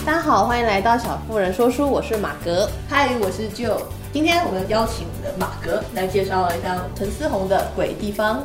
大家好，欢迎来到小妇人说书，我是马格。 嗨，我是 Joe。今天我们邀请我们的马格来介绍一下陈思宏的《鬼地方》。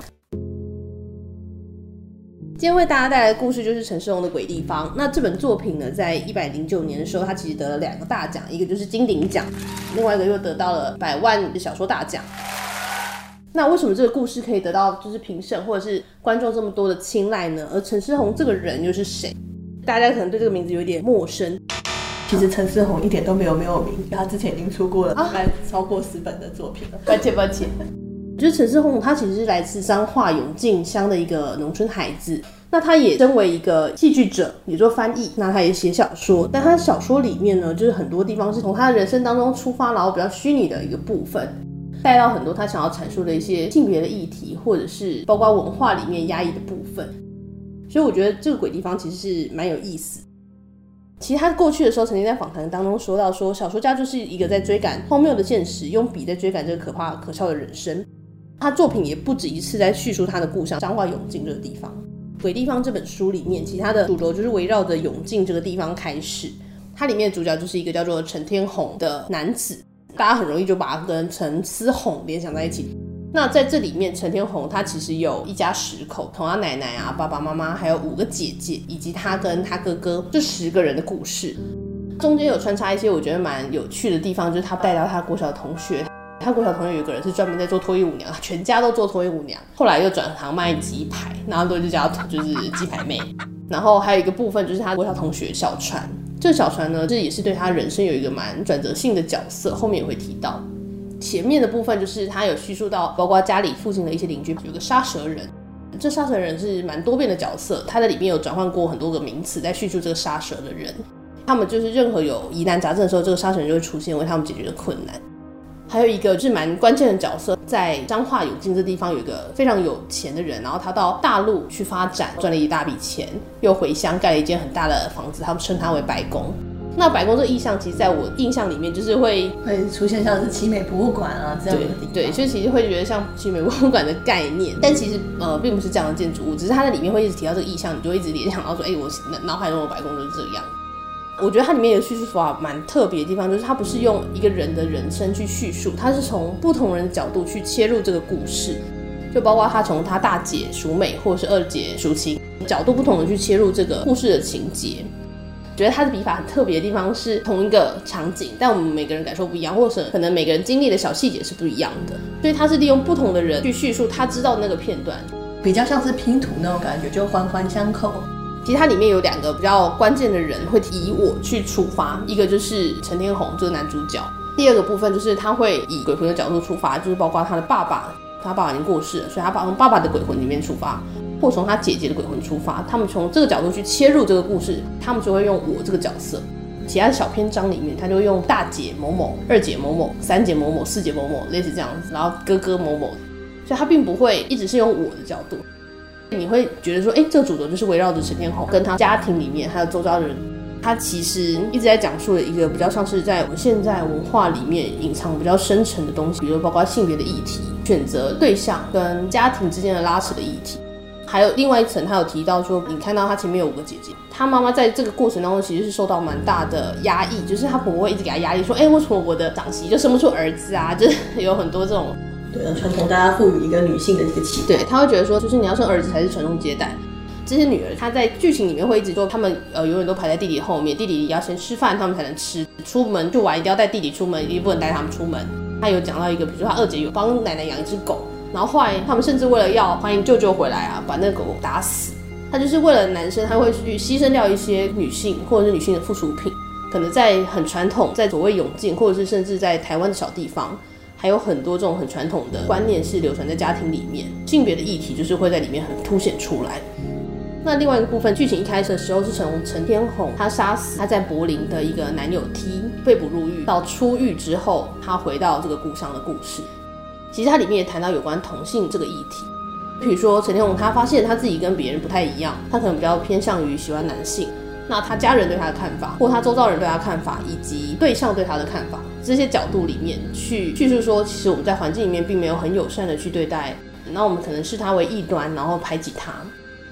今天为大家带来的故事就是陈思宏的《鬼地方》。那这本作品呢，在109年的时候，它其实得了2个大奖，一个就是金鼎奖，另外一个又得到了100万小说大奖。那为什么这个故事可以得到就是评审或者是观众这么多的青睐呢？而陈思宏这个人又是谁？大家可能对这个名字有点陌生。 其实陈思宏一点都没有名，他之前已经出过了大概超过10本的作品了。 抱歉。就是陈思宏，他其实是来自彰化永靖乡的一个农村孩子。那他也身为一个戏剧者，也做翻译，那他也写小说。但他小说里面呢，就是很多地方是从他的人生当中出发，然后比较虚拟的一个部分，带到很多他想要阐述的一些性别的议题，或者是包括文化里面压抑的部分。所以我觉得这个鬼地方其实是蛮有意思。其实他过去的时候曾经在访谈当中说到说，小说家就是一个在追赶荒谬的现实，用笔在追赶这个可怕可笑的人生。他作品也不止一次在叙述他的故乡彰化永靖这个地方。鬼地方这本书里面，其实它的主轴就是围绕着永靖这个地方开始。它里面的主角就是一个叫做陈天宏的男子，大家很容易就把他跟陈思宏联想在一起。那在这里面，陈天宏他其实有一家10口，从他奶奶啊、爸爸妈妈，还有5个姐姐，以及他跟他哥哥这10个人的故事。中间有穿插一些我觉得蛮有趣的地方，就是他带到他国小的同学。他国小同学有一个人是专门在做脱衣舞娘，全家都做脱衣舞娘，后来又转行卖鸡排，然后就叫就是鸡排妹。然后还有一个部分就是他国小同学小船，这个小船呢，这也是对他人生有一个蛮转折性的角色，后面也会提到。前面的部分就是他有叙述到，包括家里附近的一些邻居，有个杀蛇人。这杀蛇人是蛮多变的角色，他在里面有转换过很多个名词，在叙述这个杀蛇的人。他们就是任何有疑难杂症的时候，这个杀蛇人就会出现，为他们解决的困难。还有一个是蛮关键的角色，在彰化永靖这地方有一个非常有钱的人，然后他到大陆去发展，赚了一大笔钱，又回乡盖了一间很大的房子，他们称它为白宫。那白宫这个意象，其实在我印象里面就是会出现像是奇美博物馆啊这样的地方。 对，所以其实会觉得像奇美博物馆的概念，但其实并不是这样的建筑物，只是它在里面会一直提到这个意象，你就会一直联想到说，我脑海中的白宫就是这样。我觉得它里面的叙述手法蛮特别的地方，就是它不是用一个人的人生去叙述，它是从不同人的角度去切入这个故事，就包括他从他大姐淑美或者是二姐淑琴角度不同的去切入这个故事的情节。觉得他的笔法很特别的地方是同一个场景，但我们每个人感受不一样，或者可能每个人经历的小细节是不一样的，所以他是利用不同的人去叙述他知道的那个片段， 比较像是拼图那种感觉，就环环相扣。 其实它里面有2个比较关键的人会以我去出发，一个就是陈天宏这个男主角，第2个部分就是他会以鬼魂的角度出发，就是包括他的爸爸，他爸爸已经过世了，所以他从爸爸的鬼魂里面出发，或从他姐姐的鬼魂出发，他们从这个角度去切入这个故事，他们就会用我这个角色。其他的小篇章里面，他就会用大姐某某、2姐某某、3姐某某、4姐某某，类似这样子，然后哥哥某某，所以他并不会一直是用我的角度。你会觉得说，这个主轴就是围绕着陈天宏跟他家庭里面还有周遭的人，他其实一直在讲述了一个比较像是在我们现在文化里面隐藏比较深层的东西，比如包括性别的议题、选择对象跟家庭之间的拉扯的议题。还有另外一层，他有提到说，你看到他前面有5个姐姐，他妈妈在这个过程当中其实是受到蛮大的压抑，就是他婆婆会一直给他压力说，为什么我的长媳就生不出儿子啊，就是有很多这种对传统大家赋予一个女性的一个期待， 对，他会觉得说，就是你要生儿子才是传宗接代。这些女儿，她在剧情里面会一直说，她们永远都排在弟弟后面，弟弟要先吃饭，他们才能吃。出门就玩，一定要带弟弟出门，一定不能带他们出门。他有讲到一个，比如说他2姐有帮奶奶养一只狗，然后后来他们甚至为了要欢迎舅舅回来啊，把那个狗打死。他就是为了男生，他会去牺牲掉一些女性或者是女性的附属品。可能在很传统，在所谓永靖，或者是甚至在台湾的小地方，还有很多这种很传统的观念是流传在家庭里面，性别的议题就是会在里面很凸显出来。那另外一个部分，剧情一开始的时候是从陈天宏他杀死他在柏林的一个男友 T 被捕入狱，到出狱之后他回到这个故乡的故事。其实它里面也谈到有关同性这个议题，比如说陈天宏他发现他自己跟别人不太一样，他可能比较偏向于喜欢男性，那他家人对他的看法，或他周遭人对他的看法，以及对象对他的看法，这些角度里面去叙述说，其实我们在环境里面并没有很友善的去对待，那我们可能视他为异端，然后排挤他。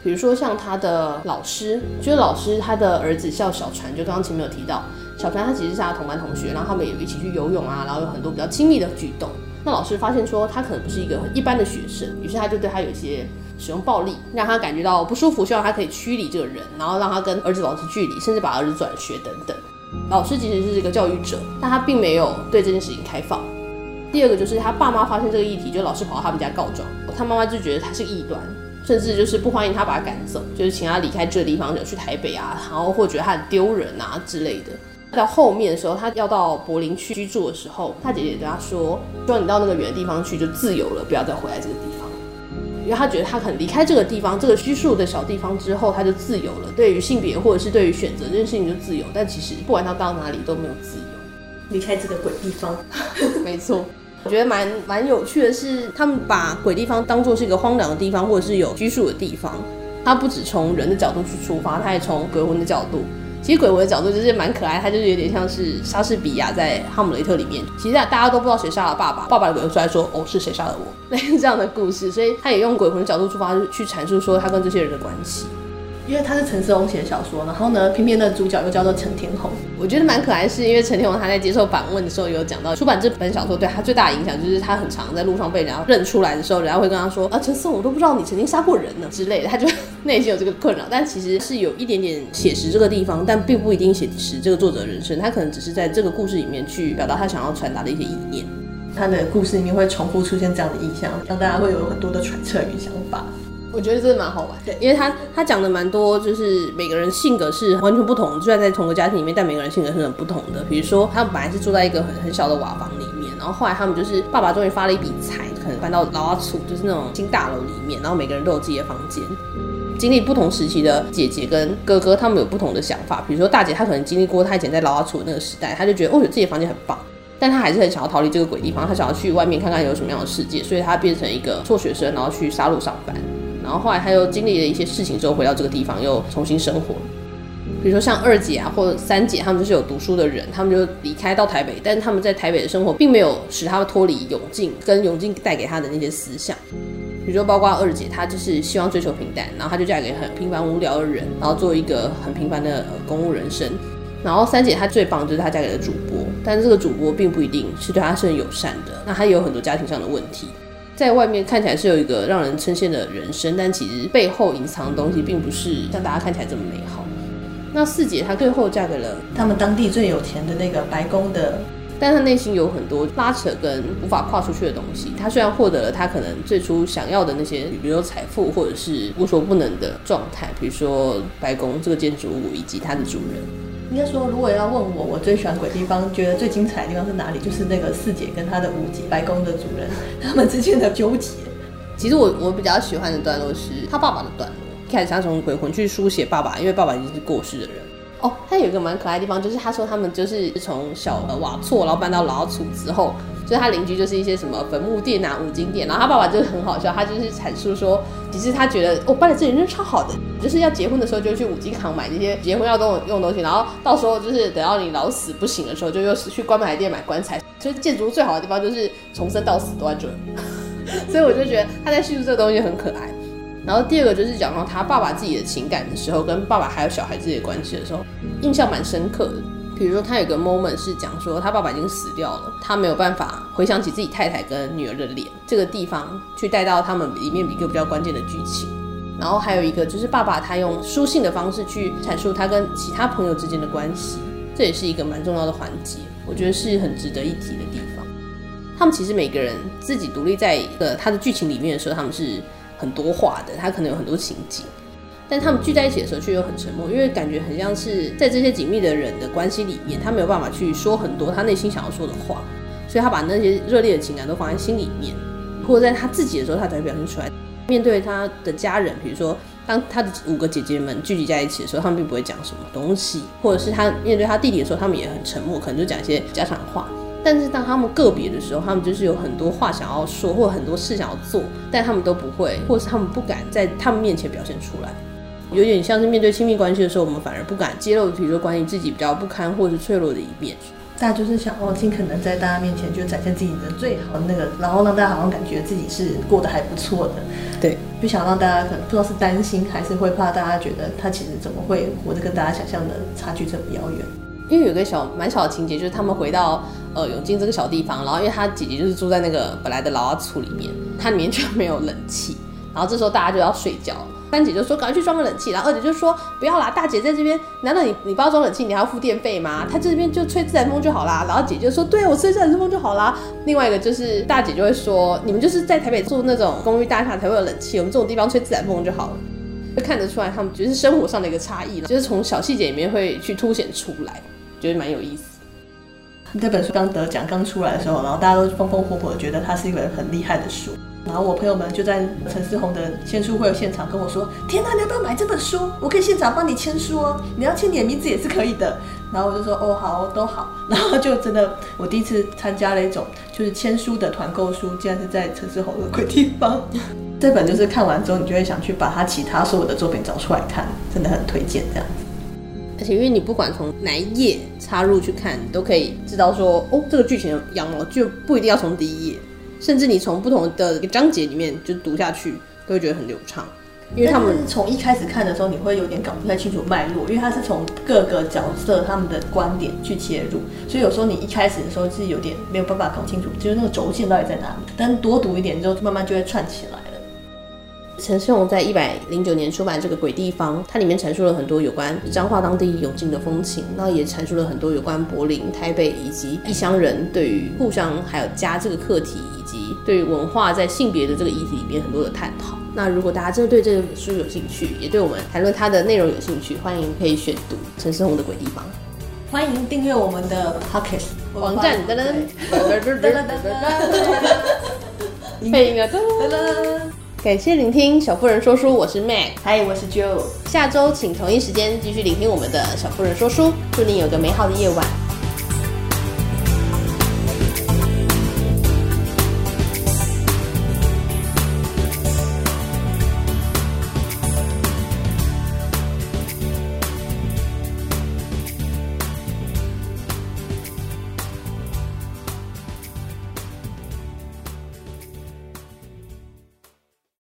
比如说像他的老师，就是老师他的儿子叫小船，就刚刚前面有提到，小船他其实是他的同班同学，然后他们也一起去游泳啊，然后有很多比较亲密的举动。那老师发现说他可能不是一个很一般的学生，于是他就对他有一些使用暴力，让他感觉到不舒服，希望他可以驱离这个人，然后让他跟儿子保持距离，甚至把儿子转学等等。老师其实是一个教育者，但他并没有对这件事情开放。第二个就是他爸妈发现这个议题，就老师跑到他们家告状，他妈妈就觉得他是个异端，甚至就是不欢迎他，把他赶走，就是请他离开这个地方，就去台北啊，然后或觉得他很丢人啊之类的。到后面的时候，他要到柏林去居住的时候，他姐姐对他说，希望你到那个远的地方去就自由了，不要再回来这个地方。因为他觉得他可能离开这个地方，这个拘束的小地方之后，他就自由了，对于性别或者是对于选择这件事情就自由，但其实不管他到哪里都没有自由， 离开这个鬼地方。 没错。我觉得蛮有趣的是，他们把鬼地方当作是一个荒凉的地方，或者是有拘束的地方。他不只从人的角度去出发，他也从鬼魂的角度。其实鬼魂的角度就是蛮可爱，他就是有点像是莎士比亚在《哈姆雷特》里面，其实大家都不知道谁杀了爸爸，爸爸的鬼魂出来说，哦，是谁杀了我，类似这样的故事。所以他也用鬼魂的角度出发去阐述说他跟这些人的关系。 因为他是陈思宏写的小说，然后呢，偏偏的主角又叫做陈天红。 我觉得蛮可爱，是因为陈天红他在接受访问的时候有讲到，出版这本小说对他最大的影响就是他很常在路上被人家认出来的时候，人家会跟他说啊，陈思宏，我都不知道你曾经杀过人呢之类的，他就内心有这个困扰。但其实是有一点点写实这个地方，但并不一定写实这个作者人生，他可能只是在这个故事里面去表达他想要传达的一些意念。 他的故事里面会重复出现这样的意象，让大家会有很多的揣测与想法。 我觉得真的蛮好玩，对，因为他讲的蛮多，就是每个人性格是完全不同的，就算在同个家庭里面，但每个人性格是很不同的。比如说，他们本来是住在一个很小的瓦房里面，然后后来他们就是爸爸终于发了一笔财，可能搬到劳阿厝，就是那种新大楼里面，然后每个人都有自己的房间。经历不同时期的姐姐跟哥哥，他们有不同的想法。比如说大姐，她可能经历过她以前在劳阿厝那个时代，她就觉得哦，有自己的房间很棒。但他还是很想要逃离这个鬼地方，他想要去外面看看有什么样的世界，所以他变成一个辍学生，然后去沙鹿上班。然后后来他又经历了一些事情之后，回到这个地方又重新生活。比如说像二姐啊或者三姐，他们就是有读书的人，他们就离开到台北，但是他们在台北的生活并没有使他们脱离永靖跟永靖带给他的那些思想。比如说包括二姐，她就是希望追求平淡，然后她就嫁给很平凡无聊的人，然后做一个很平凡的公务人生。然后三姐她最棒就是她嫁给了主播，但是这个主播并不一定是对她是很友善的，那她也有很多家庭上的问题。在外面看起来是有一个让人称羡的人生，但其实背后隐藏的东西并不是像大家看起来这么美好。那四姐她最后嫁给了他们当地最有钱的那个白宫的， 但她内心有很多拉扯跟无法跨出去的东西。她虽然获得了她可能最初想要的那些，比如说财富或者是无所不能的状态，比如说白宫这个建筑物以及它的主人。 应该说，如果要问我最喜欢鬼地方，觉得最精彩的地方是哪里，就是那个四姐跟她的五姐白宫的主人他们之间的纠结。 其实我比较喜欢的段落是他爸爸的段落，一开始他从鬼魂去书写爸爸，因为爸爸已经是过世的人。哦，他有一个蛮可爱的地方，就是他说他们就是从小瓦厝，然后搬到劳厝之后，就是他邻居就是一些什么坟墓店啊、五金店，然后他爸爸就是很好笑，他就是阐述说，其实他觉得搬来这里真的超好的，就是要结婚的时候就去五金行买那些结婚要用的东西，然后到时候就是等到你老死不行的时候，就又去棺材店买棺材，所以建筑最好的地方就是从生到死都在这里。所以我就觉得他在叙述这个东西很可爱。然后第二个就是讲到他爸爸自己的情感的时候，跟爸爸还有小孩自己的关系的时候，印象蛮深刻的。比如说他有个 moment 是讲说他爸爸已经死掉了，他没有办法回想起自己太太跟女儿的脸，这个地方去带到他们里面一个比较关键的剧情。然后还有一个就是爸爸他用书信的方式去阐述他跟其他朋友之间的关系，这也是一个蛮重要的环节，我觉得是很值得一提的地方。他们其实每个人自己独立在他的剧情里面的时候，他们是很多话的，他可能有很多情景，但他们聚在一起的时候却又很沉默，因为感觉很像是在这些紧密的人的关系里面，他没有办法去说很多他内心想要说的话，所以他把那些热烈的情感都放在心里面，或者在他自己的时候他才会表现出来。面对他的家人，比如说当他的5个姐姐们聚集在一起的时候，他们并不会讲什么东西，或者是他面对他弟弟的时候，他们也很沉默，可能就讲一些家常话。但是当他们个别的时候，他们就是有很多话想要说，或者很多事想要做，但他们都不会，或者是他们不敢在他们面前表现出来。有点像是面对亲密关系的时候，我们反而不敢揭露，比如说关于自己比较不堪或者是脆弱的一面。 大家就是想尽可能在大家面前就展现自己的最好的那个，然后让大家好像感觉自己是过得还不错的。 对， 不想让大家可能不知道是担心还是会怕大家觉得他其实怎么会活得跟大家想象的差距这么遥远。 因为有个蛮小的情节，就是他们回到永靖这个小地方，然后因为他姐姐就是住在那个本来的老阿厝里面，它里面就没有冷气，然后这时候大家就要睡觉。三姐就说赶快去装个冷气，然后二姐就说不要啦，大姐在这边，难道你不要装冷气，你还要付电费吗？她这边就吹自然风就好啦。然后姐就说对，我吹自然风就好啦。另外一个就是大姐就会说，你们就是在台北住那种公寓大厦才会有冷气，我们这种地方吹自然风就好了。就看得出来他们就是生活上的一个差异，就是从小细节里面会去凸显出来，觉得蛮有意思。 这本书刚得奖刚出来的时候，然后大家都风风火火的觉得它是一本很厉害的书。然后我朋友们就在陈思宏的签书会现场跟我说：“天哪，你要不要买这本书？我可以现场帮你签书哦，你要签你的名字也是可以的。”然后我就说：“哦，好，都好。”然后就真的，我第一次参加了一种就是签书的团购书，竟然是在陈思宏的鬼地方。这本就是看完之后，你就会想去把他其他所有的作品找出来看，真的很推荐这样子。 而且因为你不管从哪一页插入去看，你都可以知道说，哦，这个剧情羊毛就不一定要从第一页。甚至你从不同的章节里面就读下去，都会觉得很流畅。因为他们从一开始看的时候，你会有点搞不太清楚脉络，因为它是从各个角色他们的观点去切入，所以有时候你一开始的时候是有点没有办法搞清楚，就是那个轴线到底在哪里。但多读一点之后，慢慢就会串起来了。 陈思宏在109年出版这个《鬼地方》，它里面阐述了很多有关彰化当地永靖的风情，那也阐述了很多有关柏林、台北以及异乡人对于互相还有家这个课题，以及对于文化在性别的这个议题里面很多的探讨。那如果大家真的对这本书有兴趣，也对我们谈论它的内容有兴趣，欢迎可以选读陈思宏的《鬼地方》。 欢迎订阅我们的 Podcast 网站，配音啊，感谢聆听小妇人说书，我是 Mac， 嗨，我是 Joe， 下周请同一时间继续聆听我们的小妇人说书，祝你有个美好的夜晚。